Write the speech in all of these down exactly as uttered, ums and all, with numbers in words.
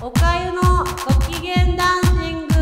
おかゆのご機嫌ダンシング。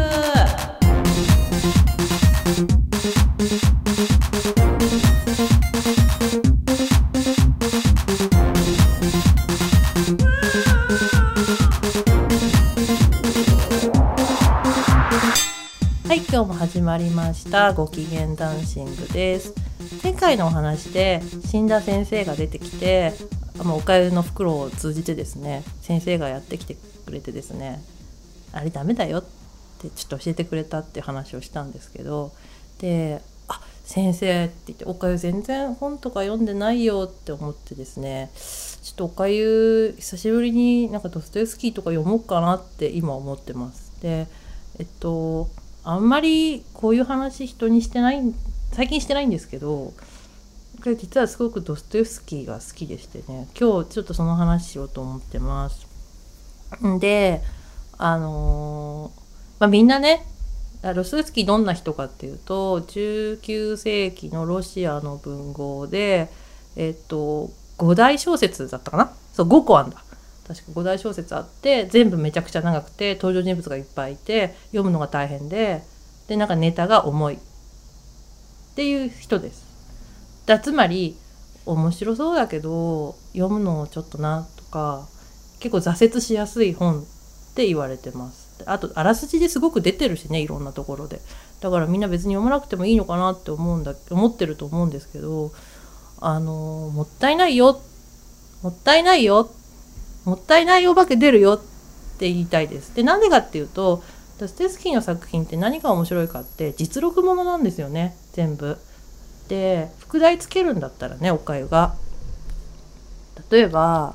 はい、今日も始まりましたご機嫌ダンシングです。前回のお話で死んだ先生が出てきて、おかゆの袋を通じてですね、先生がやってきてくれてですね、あれダメだよってちょっと教えてくれたっていう話をしたんですけど、で、あ、先生って言って、おかゆ全然本とか読んでないよって思ってですね、ちょっとおかゆ久しぶりになんかドストエフスキーとか読もうかなって今思ってます。で、えっとあんまりこういう話人にしてない、最近してないんですけど、これ実はすごくドストエフスキーが好きでしてね、今日ちょっとその話しようと思ってます。で、あのーまあ、みんなね、ドストエフスキーどんな人かっていうと、じゅうきゅうせいきのロシアの文豪で、えっとごだい小説だったかな、そうごこあんだ。確かごだい小説あって、全部めちゃくちゃ長くて登場人物がいっぱいいて読むのが大変で、でなんかネタが重いっていう人です。だつまり面白そうだけど読むのちょっとなとか、結構挫折しやすい本って言われてます。あとあらすじですごく出てるしね、いろんなところで。だからみんな別に読まなくてもいいのかなって思うんだ思ってると思うんですけど、あのもったいないよもったいないよもったいないお化け出るよって言いたいです。で、なんでかっていうと、ドストエフスキーの作品って何が面白いかって実録ものなんですよね、全部。で、副題つけるんだったらね、おかゆが例えば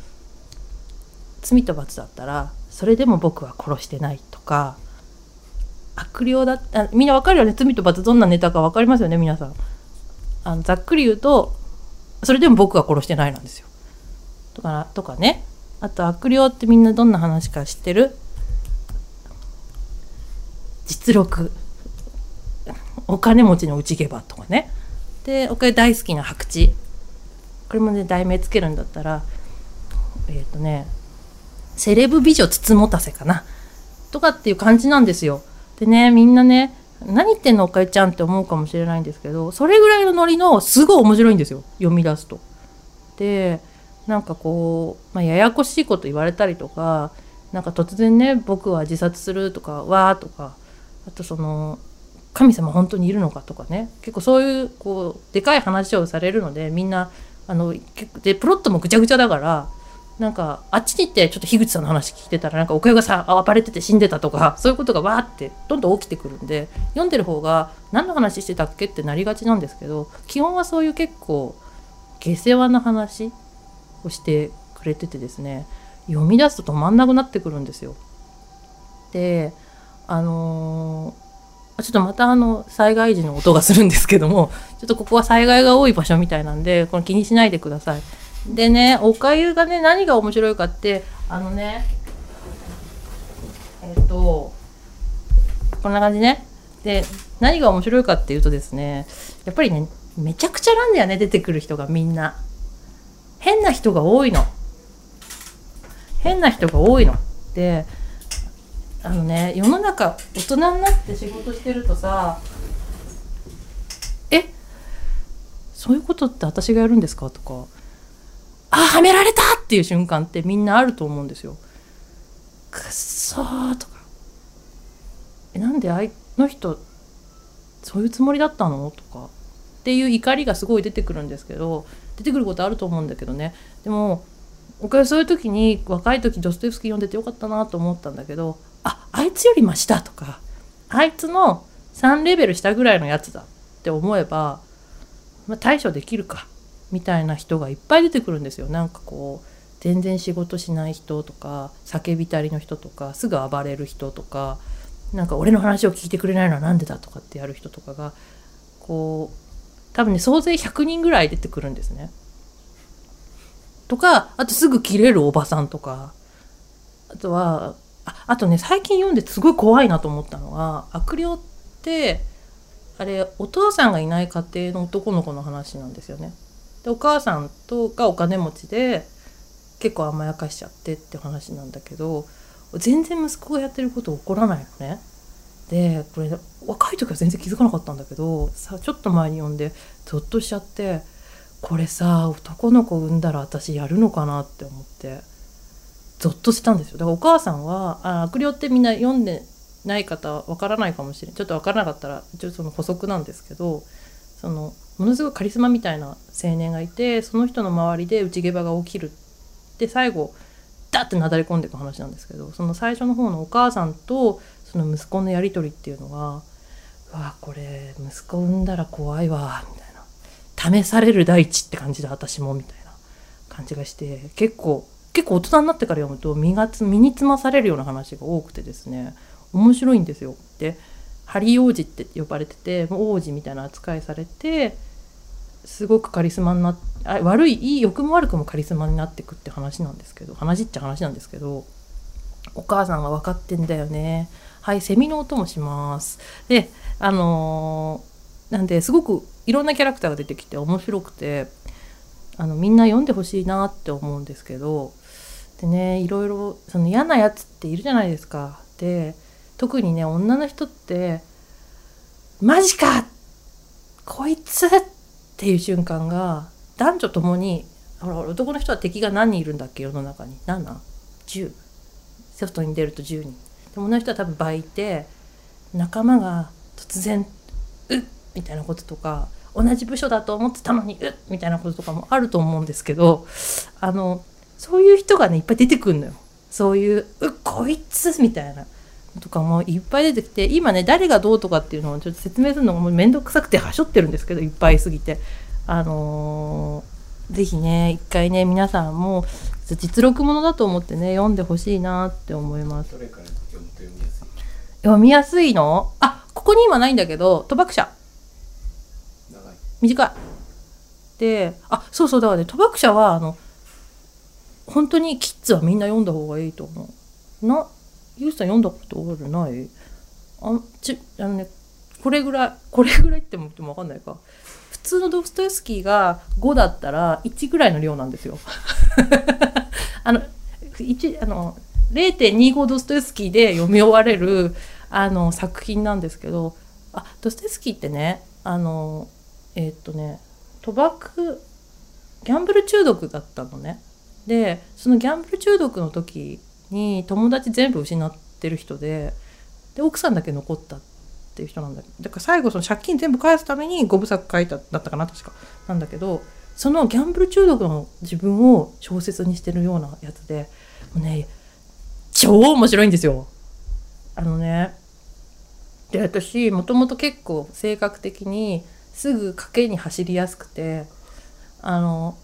罪と罰だったら、それでも僕は殺してないとか、悪霊だあみんなわかるよね。罪と罰どんなネタかわかりますよね、皆さん。あのざっくり言うと、それでも僕は殺してないなんですよとか、とかね。あと悪霊ってみんなどんな話か知ってる？実録、お金持ちの内ゲバとかね。で、おかゆ大好きな白痴、これもね題名つけるんだったら、えっとねセレブ美女つつもたせかなとかっていう感じなんですよ。でね、みんなね、何言ってんのおかゆちゃんって思うかもしれないんですけど、それぐらいのノリのすごい面白いんですよ、読み出すと。で、なんかこう、まあ、ややこしいこと言われたりとか、なんか突然ね、僕は自殺するとか、わーとか、あとその神様本当にいるのかとかね、結構そういうこうでかい話をされるので、みんなあのでプロットもぐちゃぐちゃだから、なんかあっちに行ってちょっと樋口さんの話聞いてたら、なんかおかゆがさ暴れてて死んでたとか、そういうことがわーってどんどん起きてくるんで、読んでる方が何の話してたっけってなりがちなんですけど、基本はそういう結構下世話な話をしてくれててですね、読み出すと止まんなくなってくるんですよ。で、あのー、ちょっとまたあの災害時の音がするんですけども、ちょっとここは災害が多い場所みたいなんで、これ気にしないでください。でね、おかゆがね、何が面白いかって、あのねえっとこんな感じね。で、何が面白いかっていうとですね、やっぱりね、めちゃくちゃなんだよね、出てくる人がみんな変な人が多いの変な人が多いので、あのね、世の中大人になって仕事してるとさ、え、そういうことって私がやるんですかとか、あ、はめられたっていう瞬間ってみんなあると思うんですよ。くっそーとか、え、なんであいの人そういうつもりだったのとかっていう怒りがすごい出てくるんですけど、出てくることあると思うんだけどね。でもおかゆそういう時に、若い時ドストエフスキー読んでてよかったなと思ったんだけど、あ、あいつよりマシだとか、あいつのさんレベル下ぐらいのやつだって思えば、まあ、対処できるかみたいな人がいっぱい出てくるんですよ。なんかこう全然仕事しない人とか、叫びたりの人とか、すぐ暴れる人とか、なんか俺の話を聞いてくれないのはなんでだとかってやる人とかが、こう多分ね総勢ひゃくにんぐらい出てくるんですね。とか、あとすぐ切れるおばさんとか、あとは あ, あとね、最近読んですごい怖いなと思ったのは、悪霊ってあれお父さんがいない家庭の男の子の話なんですよね。で、お母さんとがお金持ちで結構甘やかしちゃってって話なんだけど、 全然息子がやってること起こらないのね。でこれ若い時は全然気づかなかったんだけどさ、ちょっと前に読んでゾッとしちゃって、これさ男の子産んだら私やるのかなって思ってゾッとしたんですよ。だからお母さんはあ悪霊ってみんな読んでない方はわからないかもしれない、ちょっとわからなかったら一応その補足なんですけど、そのものすごいカリスマみたいな青年がいて、その人の周りで内ゲバが起きるで最後ダッてなだれ込んでいく話なんですけど、その最初の方のお母さんとその息子のやり取りっていうのが、うわこれ息子産んだら怖いわみたいな、試される大地って感じで私もみたいな感じがして、結構結構大人になってから読むと身がつ身につまされるような話が多くてですね、面白いんですよ。でハリー王子って呼ばれてて、王子みたいな扱いされて、すごくカリスマになっあ悪いいい良くも悪くもカリスマになっていくって話なんですけど、話っちゃ話なんですけど、お母さんは分かってんだよね。はい、セミの音もします。であのー、なんですごくいろんなキャラクターが出てきて面白くて、あのみんな読んでほしいなって思うんですけど、でね、いろいろその嫌なやつっているじゃないですか。で特にね女の人ってマジかこいつっていう瞬間が男女ともに、ほら男の人は敵が何人いるんだっけ世の中に、なな、じゅう、外に出るとじゅうにんでも女の人は多分倍いて、仲間が突然うっみたいなこととか、同じ部署だと思ってたのにうっみたいなこととかもあると思うんですけど、あのそういう人がねいっぱい出てくるのよ。そういううっこいつみたいなとかもいっぱい出てきて、今ね誰がどうとかっていうのをちょっと説明するのがもうめんどくさくてはしょってるんですけど、いっぱいすぎて、あのー、ぜひね一回ね皆さんも実録ものだと思ってね読んでほしいなって思います。 どれから読むと読みやすい？ 読みやすいの？あ、ここに今ないんだけど、賭博者長い短いで、あそうそうだからね、賭博者はあの本当にキッズはみんな読んだ方がいいと思うな。ゆうさん読んだことある？ない？あちあのねこれぐらいこれぐらいっても分かんないか。普通のドストエフスキーがごだったらいちぐらいの量なんですよ。あのいちあの れいてんにご ドストエフスキーで読み終われるあの作品なんですけど、あドストエフスキーってねあのえー、っとね賭博ギャンブル中毒だったのね。でそのギャンブル中毒の時に友達全部失ってる人で、で奥さんだけ残ったっていう人なんだ。だから最後その借金全部返すためにごぶさく書いただったかな確かなんだけど、そのギャンブル中毒の自分を小説にしてるようなやつで、もうね超面白いんですよ。あのねで私もともと結構性格的にすぐ賭けに走りやすくて、あの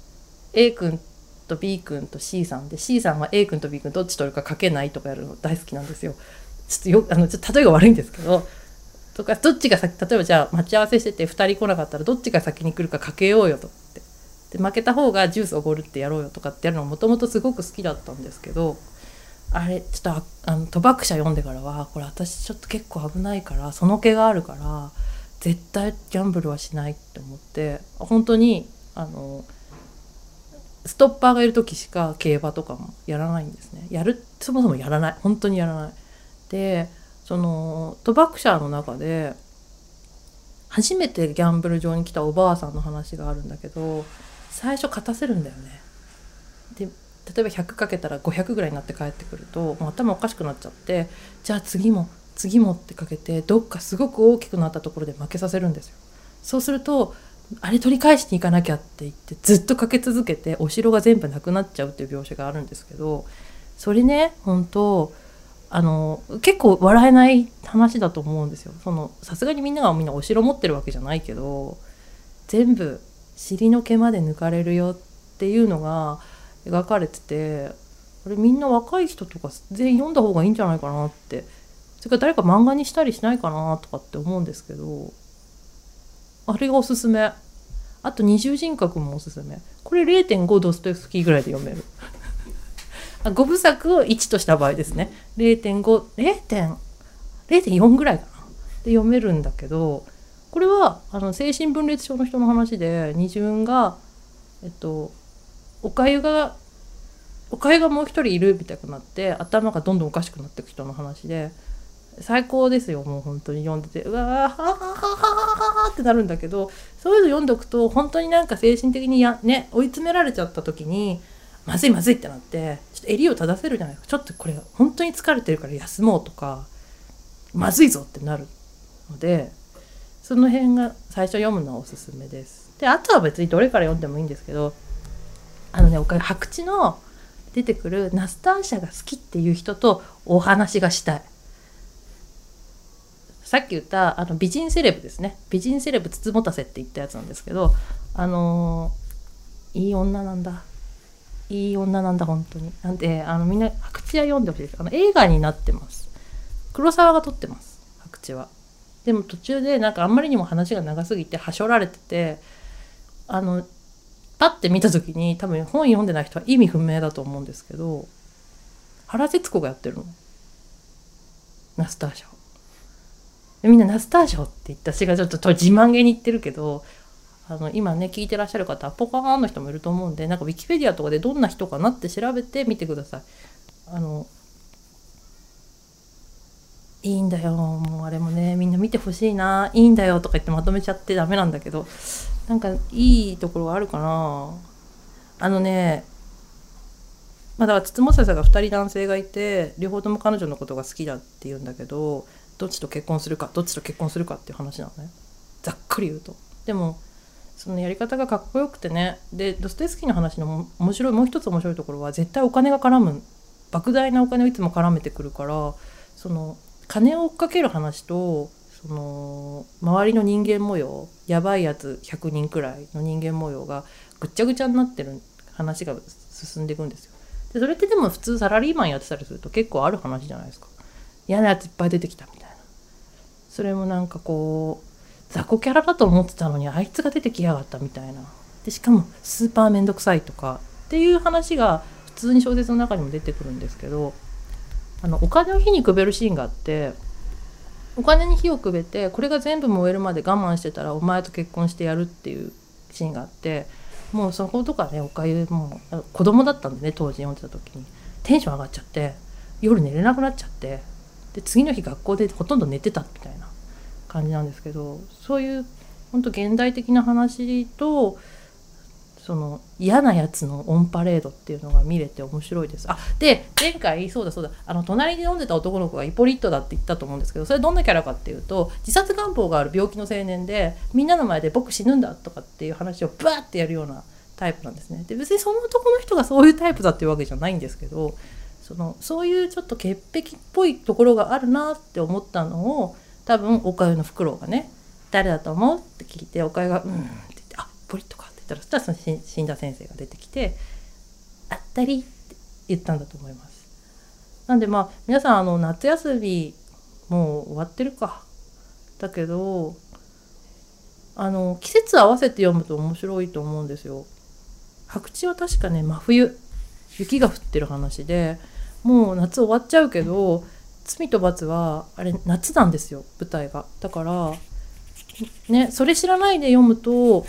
A 君と B 君と C さんで C さんは A 君と B 君どっち取るか賭けないとかやるの大好きなんですよ。ちょっとよあのちょっと例えが悪いんですけど、とかどっちが先、例えばじゃあ待ち合わせしててふたり来なかったらどっちが先に来るか賭けようよとって、で負けた方がジュースおごるってやろうよとかってやるのがもともとすごく好きだったんですけど、あれちょっとあの賭博者読んでからはこれ私ちょっと結構危ないからその気があるから絶対ギャンブルはしないって思って、本当にあのストッパーがいる時しか競馬とかもやらないんですね。やるそもそもやらない、本当にやらない。でその賭博者の中で初めてギャンブル場に来たおばあさんの話があるんだけど、最初勝たせるんだよね。で例えばひゃくかけたらごひゃくぐらいになって帰ってくるともう頭おかしくなっちゃって、じゃあ次も次もってかけてどっかすごく大きくなったところで負けさせるんですよ。そうするとあれ取り返しに行かなきゃって言ってずっとかけ続けてお城が全部なくなっちゃうっていう描写があるんですけど、それね本当あの結構笑えない話だと思うんですよ。そのさすがにみんながみんなお城持ってるわけじゃないけど全部尻の毛まで抜かれるよっていうのが描かれてて、これみんな若い人とか全員読んだ方がいいんじゃないかなって、それから誰か漫画にしたりしないかなとかって思うんですけど、あれがおすすめ。あと二重人格もおすすめ。これ れいてんご ドストエフスキーぐらいで読める。ごぶ作をいちとした場合ですね。れいてんご、れいてんよん ぐらいかなで読めるんだけど、これはあの精神分裂症の人の話で、二重がえっとおかゆがおかゆがもう一人いるみたいになって頭がどんどんおかしくなっていく人の話で、最高ですよ。もう本当に読んでてうわーははははってなるんだけど、そういうの読んでおくと本当になんか精神的にや、ね、追い詰められちゃった時にまずいまずいってなってちょっと襟を正せるじゃないですか。ちょっとこれ本当に疲れてるから休もうとかまずいぞってなるので、その辺が最初読むのはおすすめです。であとは別にどれから読んでもいいんですけど、あのね、おかゆ白地の出てくるナスターシャが好きっていう人とお話がしたい。さっき言ったあの美人セレブですね。美人セレブつつもたせって言ったやつなんですけど、あのー、いい女なんだいい女なんだ本当に。なんであのみんな白地は読んでほしいです。あの映画になってます。黒沢が撮ってます白地は。でも途中でなんかあんまりにも話が長すぎてはしょられてて、あのパッて見た時に多分本読んでない人は意味不明だと思うんですけど、原節子がやってるのナスターシャを。みんなナスターシャって言った私がちょっと自慢げに言ってるけど、あの今ね聞いてらっしゃる方ポカーンの人もいると思うんで、なんかウィキペディアとかでどんな人かなって調べてみてください。あのいいんだよ、もうあれもねみんな見てほしいな、いいんだよとか言ってまとめちゃってダメなんだけど、なんかいいところがあるかな。あのね、まあだからつつもささがふたり男性がいて両方とも彼女のことが好きだって言うんだけど、どっちと結婚するかどっちと結婚するかっていう話なのね、ざっくり言うと。でもそのやり方がかっこよくてね。でドストエフスキーの話の面白いもう一つ面白いところは絶対お金が絡む、莫大なお金をいつも絡めてくるから、その金を追っかける話とその周りの人間模様、やばいやつひゃくにんくらいの人間模様がぐっちゃぐちゃになってる話が進んでいくんですよ。でそれってでも普通サラリーマンやってたりすると結構ある話じゃないですか。嫌なやついっぱい出てきたみたいな。それもなんかこう雑魚キャラだと思ってたのにあいつが出てきやがったみたいな。でしかもスーパーめんどくさいとかっていう話が普通に小説の中にも出てくるんですけど、あのお金を火にくべるシーンがあって、お金に火をくべてこれが全部燃えるまで我慢してたらお前と結婚してやるっていうシーンがあって、もうそことかね、おかゆもう子供だったんでね当時読んでた時にテンション上がっちゃって夜寝れなくなっちゃって、で次の日学校でほとんど寝てたみたいな感じなんですけど、そういう本当現代的な話とその嫌なやつのオンパレードっていうのが見れて面白いです。あで前回そうだそうだあの隣で飲んでた男の子がイポリットだって言ったと思うんですけど、それどんなキャラかっていうと自殺願望がある病気の青年で、みんなの前で僕死ぬんだとかっていう話をバーってやるようなタイプなんですね。で別にその男の人がそういうタイプだっていうわけじゃないんですけど、そのそういうちょっと潔癖っぽいところがあるなって思ったのを多分おかゆのフクロウがね誰だと思うって聞いて、おかゆがうんって言ってあポリットかって言ったら、そしたらその死んだ先生が出てきてあったりって言ったんだと思います。なんでまあ皆さんあの夏休みもう終わってるかだけど、あの季節合わせて読むと面白いと思うんですよ。白地は確かね真冬雪が降ってる話で、もう夏終わっちゃうけど罪と罰はあれ夏なんですよ舞台が。だからねそれ知らないで読むと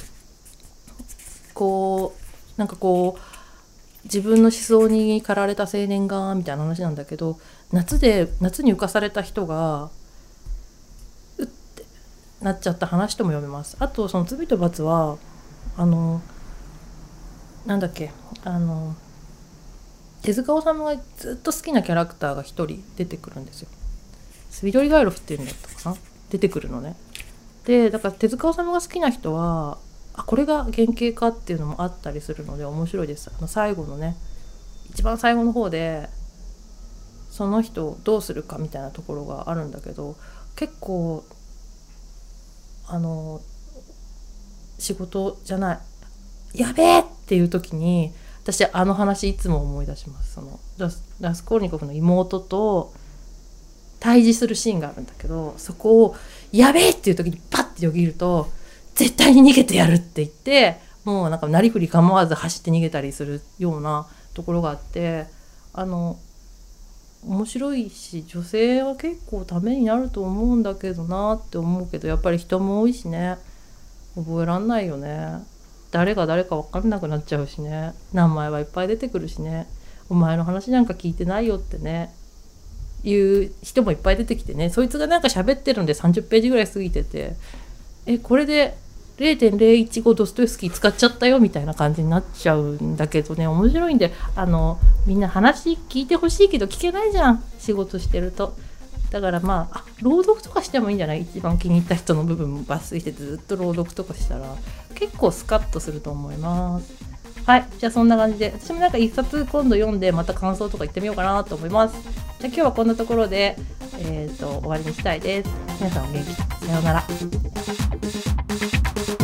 こうなんかこう自分の思想に駆られた青年がみたいな話なんだけど、夏で夏に浮かされた人がうってなっちゃった話とも読めます。あとその罪と罰はあのなんだっけあの手塚治虫がずっと好きなキャラクターが一人出てくるんですよ。スビドリガイロフっていうんだったかな、出てくるのね。でだから手塚治虫が好きな人はあこれが原型かっていうのもあったりするので面白いです。あの最後のね一番最後の方でその人をどうするかみたいなところがあるんだけど、結構あの仕事じゃないやべえっていう時に私あの話いつも思い出します。そのラス、ラスコーニコフの妹と対峙するシーンがあるんだけど、そこをやべえっていう時にパッてよぎると絶対に逃げてやるって言ってもうなんかなりふり構わず走って逃げたりするようなところがあって、あの面白いし女性は結構ためになると思うんだけどなって思うけど、やっぱり人も多いしね覚えらんないよね。誰が誰か分かんなくなっちゃうしね、名前はいっぱい出てくるしね。 お前の話なんか聞いてないよってねいう人もいっぱい出てきてね、そいつがなんか喋ってるんでさんじゅっページぐらい過ぎてて、えこれで れいてんれいいちご ドストエフスキー使っちゃったよみたいな感じになっちゃうんだけどね、面白いんで、あのみんな話聞いてほしいけど聞けないじゃん、仕事してると。だからまあ、あ朗読とかしてもいいんじゃない？一番気に入った人の部分も抜粋してずっと朗読とかしたら結構スカッとすると思います。はい、じゃあそんな感じで、私もなんか一冊今度読んでまた感想とか言ってみようかなと思います。じゃあ今日はこんなところで、えーと、終わりにしたいです。皆さんお元気。さようなら。